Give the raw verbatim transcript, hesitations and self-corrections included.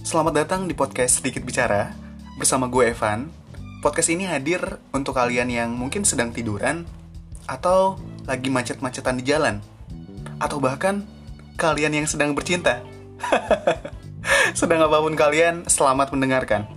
Selamat datang di podcast Sedikit Bicara bersama gue Evan. Podcast ini hadir untuk kalian yang mungkin sedang tiduran atau lagi macet-macetan di jalan, atau bahkan kalian yang sedang bercinta. Sedang apapun kalian, selamat mendengarkan.